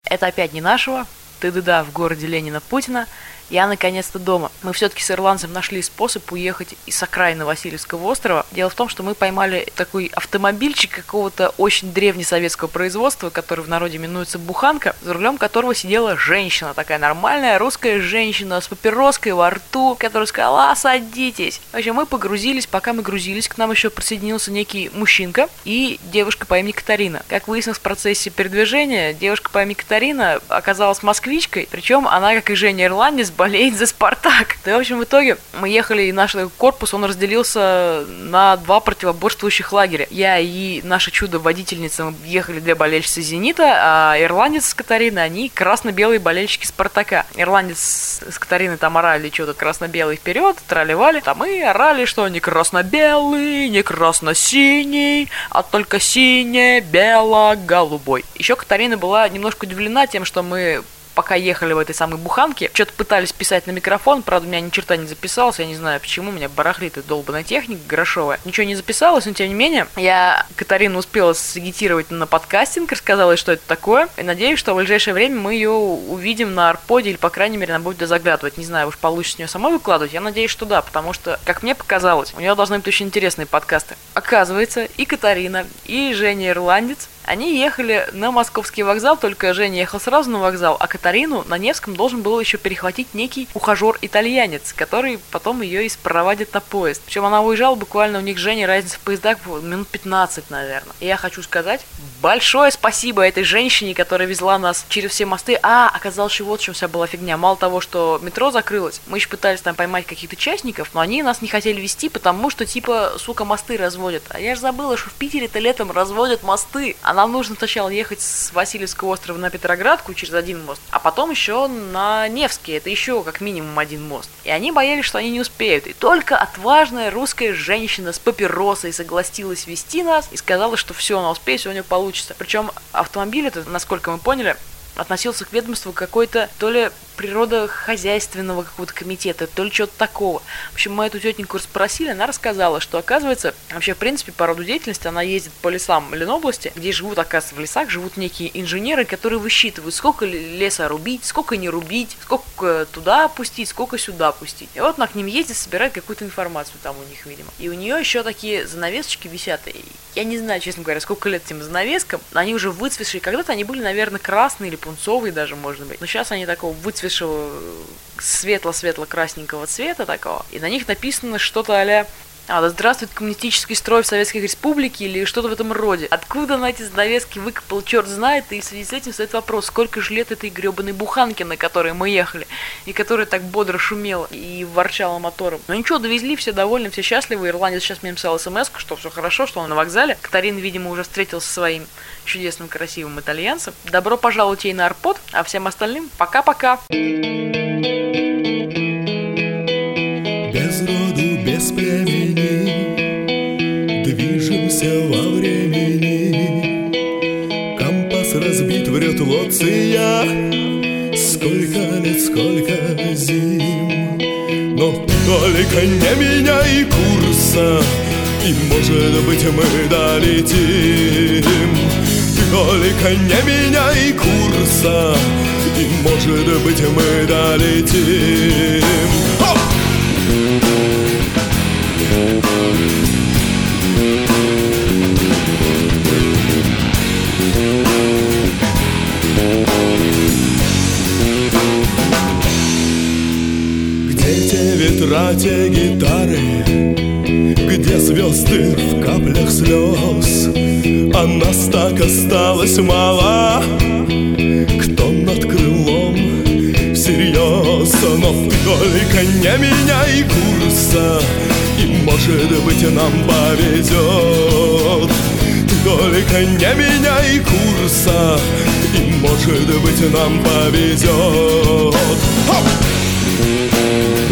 Это опять не нашего. Ты-да-да, в городе Ленина Путина. Я наконец-то дома. Мы все-таки с ирландцем нашли способ уехать из окраины Васильевского острова. Дело в том, что мы поймали такой автомобильчик какого-то очень древнесоветского производства, который в народе именуется буханка, за рулем которого сидела женщина, такая нормальная русская женщина с папироской во рту, которая сказала: садитесь. В общем, мы погрузились. Пока мы грузились, к нам еще присоединился некий мужчинка и девушка по имени Катарина. Как выяснилось в процессе передвижения, девушка по имени Катарина оказалась москвичкой, причем она, как и Женя ирландец, болеет за «Спартак». Да, в общем, в итоге мы ехали, и наш корпус, он разделился на два противоборствующих лагеря. Я и наша чудо-водительница, мы ехали две болельщицы «Зенита», а ирландец с Катариной, они красно-белые болельщики «Спартака». Ирландец с Катариной там орали что-то красно-белый вперед, тролливали. Там мы орали, что не красно-белый, не красно-синий, а только сине-бело-голубой. Еще Катарина была немножко удивлена тем, что мы, пока ехали в этой самой буханке, что-то пытались писать на микрофон, правда, у меня ни черта не записалось, я не знаю почему, у меня барахлит эта долбаная техника грошовая. Ничего не записалось, но тем не менее, я Катарину успела сагитировать на подкастинг, рассказала ей, что это такое, и надеюсь, что в ближайшее время мы ее увидим на Арподе, или, по крайней мере, она будет туда заглядывать. Не знаю, уж получится с нее самой выкладывать, я надеюсь, что да, потому что, как мне показалось, у нее должны быть очень интересные подкасты. Оказывается, и Катарина, и Женя ирландец, они ехали на московский вокзал, только Женя ехал сразу на вокзал, а Катарину на Невском должен был еще перехватить некий ухажер-итальянец, который потом ее и спроводит на поезд. Причем она уезжала буквально, у них с Женей разница в поездах минут 15, наверное. И я хочу сказать большое спасибо этой женщине, которая везла нас через все мосты. Оказалось, что вот в чем вся была фигня. Мало того, что метро закрылось, мы еще пытались там поймать каких-то частников, но они нас не хотели везти, потому что, типа, сука, мосты разводят. А я же забыла, что в Питере-то летом разводят мосты. А нам нужно сначала ехать с Васильевского острова на Петроградку через один мост, а потом еще на Невский. Это еще как минимум один мост. И они боялись, что они не успеют. И только отважная русская женщина с папиросой согласилась везти нас и сказала, что все, она успеет, все у нее получится. Причем автомобиль этот, насколько мы поняли, относился к ведомству какой-то то ли природохозяйственного какого-то комитета, то ли чего-то такого. В общем, мы эту тетеньку расспросили, она рассказала, что, оказывается, вообще, в принципе, по роду деятельности она ездит по лесам Ленобласти, где живут, оказывается, в лесах живут некие инженеры, которые высчитывают, сколько леса рубить, сколько не рубить, сколько туда пустить, сколько сюда пустить. И вот она к ним ездит, собирает какую-то информацию там у них, видимо. И у нее еще такие занавесочки висят. И я не знаю, честно говоря, сколько лет этим занавескам, но они уже выцветшие. Когда-то они были, наверное, красные или пунцовые даже, может быть. Но сейчас они такого выцветшего светло-светло-красненького цвета такого. И на них написано что-то а-ля да здравствует коммунистический строй в Советской Республике или что-то в этом роде. Откуда на эти занавески выкопал черт знает, и в связи с этим стоит вопрос, сколько же лет этой гребаной буханки, на которой мы ехали, и которая так бодро шумела и ворчала мотором. Но ничего, довезли, все довольны, все счастливы. Ирландец сейчас мне написал смс-ку, что все хорошо, что он на вокзале. Катарин, видимо, уже встретился со своим чудесным, красивым итальянцем. Добро пожаловать ей на Арпод, а всем остальным пока-пока. Без роду, без племени движемся во времени. Компас разбит, врет Лоция. Сколько лет, сколько зим. Но только не меняй курса, и, может быть, мы долетим. Только не меняй курса, и, может быть, мы долетим. Где те ветра, те гитары, где звезды в каплях слез, а нас так осталось мало, кто над крылом всерьез. Но только не меняй курса, и, может быть, нам повезет. Только не меняй курса, и, может быть, нам повезет. Хоп!